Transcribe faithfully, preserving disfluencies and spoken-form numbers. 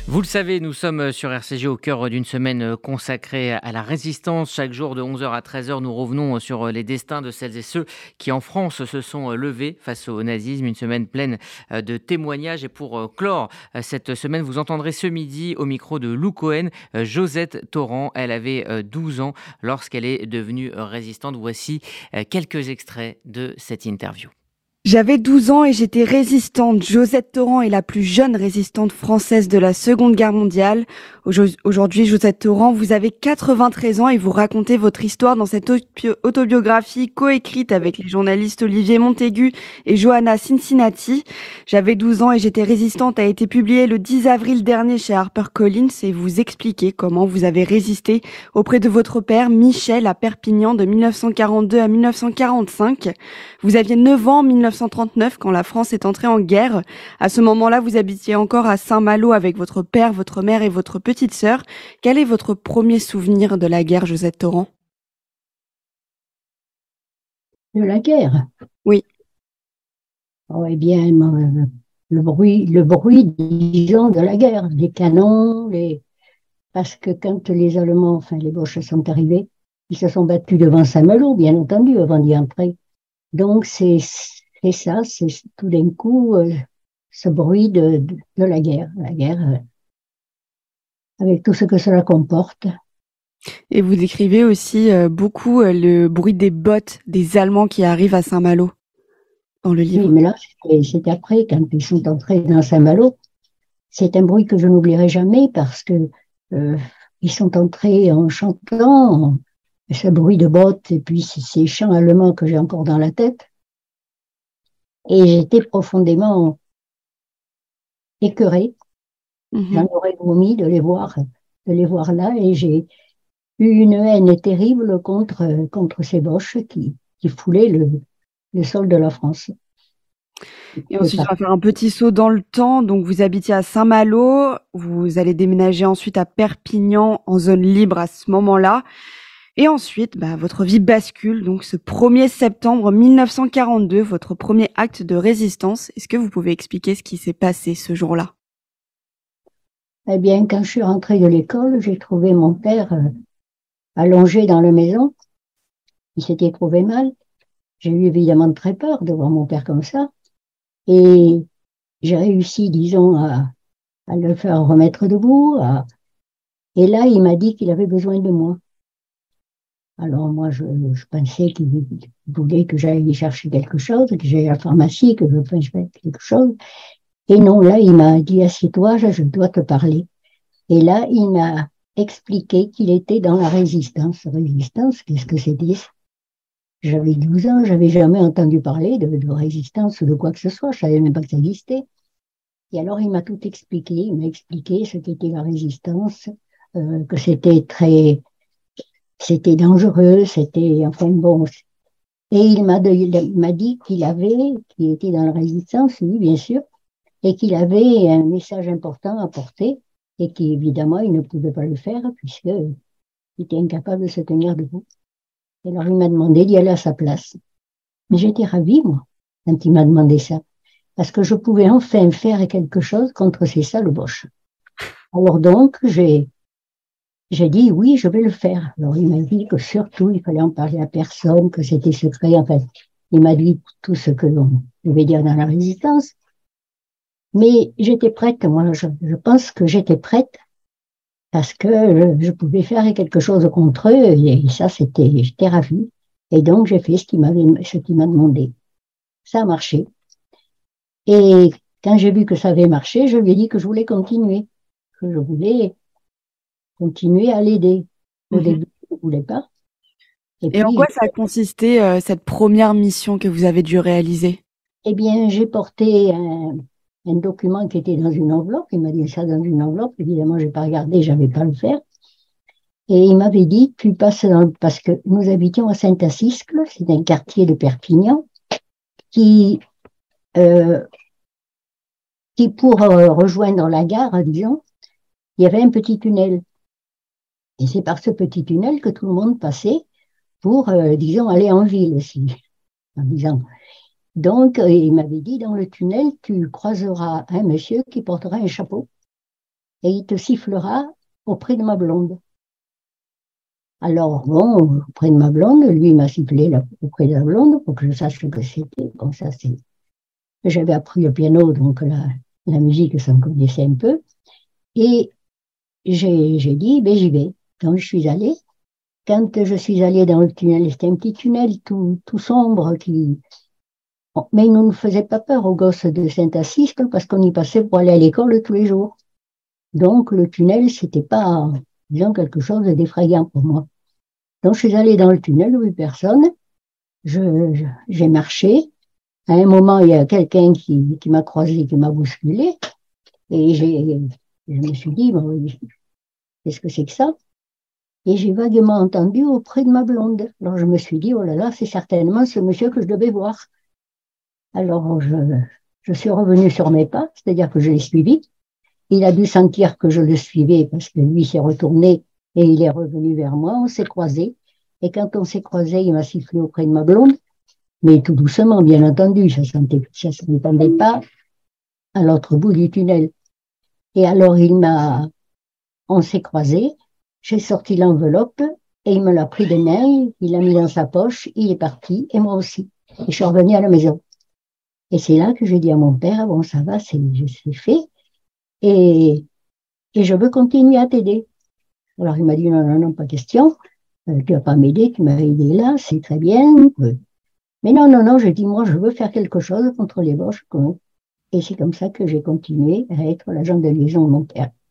Vous le savez, nous sommes sur R C J au cœur d'une semaine consacrée à la résistance. Chaque jour de onze heures à treize heures, nous revenons sur les destins de celles et ceux qui en France se sont levés face au nazisme. Une semaine pleine de témoignages. Et pour clore cette semaine, vous entendrez ce midi au micro de Lou Cohen, Josette Torrent. Elle avait douze ans lorsqu'elle est devenue résistante. Voici quelques extraits de cette interview. J'avais douze ans et j'étais résistante. Josette Torrent est la plus jeune résistante française de la Seconde Guerre mondiale. Aujourd'hui, Josette Torrent, vous avez quatre-vingt-treize ans et vous racontez votre histoire dans cette autobiographie coécrite avec les journalistes Olivier Montaigu et Johanna Cincinnati. J'avais douze ans et j'étais résistante a été publié le dix avril dernier chez HarperCollins et vous expliquez comment vous avez résisté auprès de votre père Michel à Perpignan de mille neuf cent quarante-deux à mille neuf cent quarante-cinq. Vous aviez neuf ans en mille neuf cent trente-neuf quand la France est entrée en guerre. À ce moment-là, vous habitiez encore à Saint-Malo avec votre père, votre mère et votre petite sœur. Quel est votre premier souvenir de la guerre, Josette Torrent? De la guerre? Oui. Oh, eh bien, euh, le bruit, le bruit, disons, de la guerre, les canons, les... parce que quand les Allemands, enfin les Boches sont arrivés, ils se sont battus devant Saint-Malo, bien entendu, avant d'y entrer. Donc, c'est c'est ça, c'est tout d'un coup euh, ce bruit de, de, de la guerre, la guerre euh, avec tout ce que cela comporte. Et vous décrivez aussi euh, beaucoup euh, le bruit des bottes des Allemands qui arrivent à Saint-Malo dans le livre. Oui, mais là, c'est après, quand ils sont entrés dans Saint-Malo. C'est un bruit que je n'oublierai jamais parce que euh, ils sont entrés en chantant, ce bruit de bottes et puis ces chants allemands que j'ai encore dans la tête. Et j'étais profondément écœurée. Mmh. J'en aurais vomi de les voir, de les voir là, et j'ai eu une haine terrible contre, contre ces Boches qui, qui foulaient le, le sol de la France. Et ensuite, on va faire un petit saut dans le temps. Donc, vous habitiez à Saint-Malo, vous allez déménager ensuite à Perpignan en zone libre à ce moment-là. Et ensuite, bah, votre vie bascule. Donc, ce premier septembre mille neuf cent quarante-deux, votre premier acte de résistance. Est-ce que vous pouvez expliquer ce qui s'est passé ce jour-là? Eh bien, quand je suis rentrée de l'école, j'ai trouvé mon père euh, allongé dans la maison. Il s'était trouvé mal. J'ai eu évidemment très peur de voir mon père comme ça. Et j'ai réussi, disons, à, à le faire remettre debout. À... Et là, il m'a dit qu'il avait besoin de moi. Alors moi, je, je pensais qu'il voulait que j'aille chercher quelque chose, que j'aille à la pharmacie, que je fasse quelque chose. Et non, là, il m'a dit, assieds-toi, je dois te parler. Et là, il m'a expliqué qu'il était dans la résistance. Résistance, qu'est-ce que c'était? J'avais douze ans, j'avais jamais entendu parler de, de résistance ou de quoi que ce soit, je savais même pas que ça existait. Et alors, il m'a tout expliqué, il m'a expliqué ce qu'était la résistance, euh, que c'était très, c'était dangereux, c'était, enfin bon. Et il m'a, il m'a dit qu'il avait, qu'il était dans la résistance, oui, bien sûr, et qu'il avait un message important à porter, et qu'évidemment, il ne pouvait pas le faire, puisqu'il était incapable de se tenir debout. Et alors, il m'a demandé d'y aller à sa place. Mais j'étais ravie, moi, quand il m'a demandé ça, parce que je pouvais enfin faire quelque chose contre ces sales Boches. Alors donc, j'ai, j'ai dit oui, je vais le faire. Alors, il m'a dit que surtout, il fallait en parler à personne, que c'était secret. Enfin, il m'a dit tout ce que l'on devait dire dans la résistance. Mais j'étais prête, moi, je, je pense que j'étais prête, parce que je, je pouvais faire quelque chose contre eux, et ça, c'était, j'étais ravie. Et donc, j'ai fait ce qu'il m'avait, ce qu'il m'a demandé. Ça a marché. Et quand j'ai vu que ça avait marché, je lui ai dit que je voulais continuer, que je voulais continuer à l'aider. Au mmh. début, je ne voulais pas. Et, Et puis, en quoi ça a consisté, euh, cette première mission que vous avez dû réaliser? Eh bien, j'ai porté un, un document qui était dans une enveloppe. Il m'a dit ça dans une enveloppe. Évidemment, je n'ai pas regardé, je n'avais pas à le faire. Et il m'avait dit, tu passes dans le... parce que nous habitions à Saint-Assiscle, c'est un quartier de Perpignan, qui, euh, qui pour euh, rejoindre la gare, disons, il y avait un petit tunnel. Et c'est par ce petit tunnel que tout le monde passait pour, euh, disons, aller en ville aussi. En disant. Donc, euh, il m'avait dit, dans le tunnel, tu croiseras un monsieur qui portera un chapeau. et il te sifflera auprès de ma blonde. Alors, bon, auprès de ma blonde, lui, il m'a sifflé là, auprès de la blonde pour que je sache ce que c'était. Bon, ça, c'est... J'avais appris le piano, donc la, la musique, ça me connaissait un peu. Et j'ai, j'ai dit, ben, j'y vais. Donc, je suis allée. Quand je suis allée dans le tunnel, c'était un petit tunnel tout, tout sombre qui... Bon, mais il ne nous faisait pas peur aux gosses de Saint-Assist parce qu'on y passait pour aller à l'école tous les jours. Donc, le tunnel, c'était pas, disons, quelque chose d'effrayant pour moi. Donc, je suis allée dans le tunnel, où il n'y a personne. Je, je, j'ai marché. À un moment, il y a quelqu'un qui, qui m'a croisé, qui m'a bousculé. Et j'ai, je me suis dit, bon, qu'est-ce que c'est que ça? Et j'ai vaguement entendu auprès de ma blonde. Alors, je me suis dit, oh là là, c'est certainement ce monsieur que je devais voir. Alors, je, je suis revenue sur mes pas, c'est-à-dire que je l'ai suivi. Il a dû sentir que je le suivais parce que lui s'est retourné et il est revenu vers moi. On s'est croisés. Et quand on s'est croisés, il m'a sifflé auprès de ma blonde, mais tout doucement, bien entendu. Ça ne s'entendait pas à l'autre bout du tunnel. Et alors, il m'a, on s'est croisés. J'ai sorti l'enveloppe et il me l'a pris des mains. Il l'a mis dans sa poche. Il est parti et moi aussi. Et je suis revenue à la maison. Et c'est là que j'ai dit à mon père, bon, ça va, c'est, c'est fait. Et, et je veux continuer à t'aider. Alors, il m'a dit, non, non, non, pas question. Euh, tu vas pas m'aider, tu m'as aidé là, c'est très bien. Euh, mais non, non, non, je dis, moi, je veux faire quelque chose contre les boches. Et c'est comme ça que j'ai continué à être l'agent de liaison de mon père.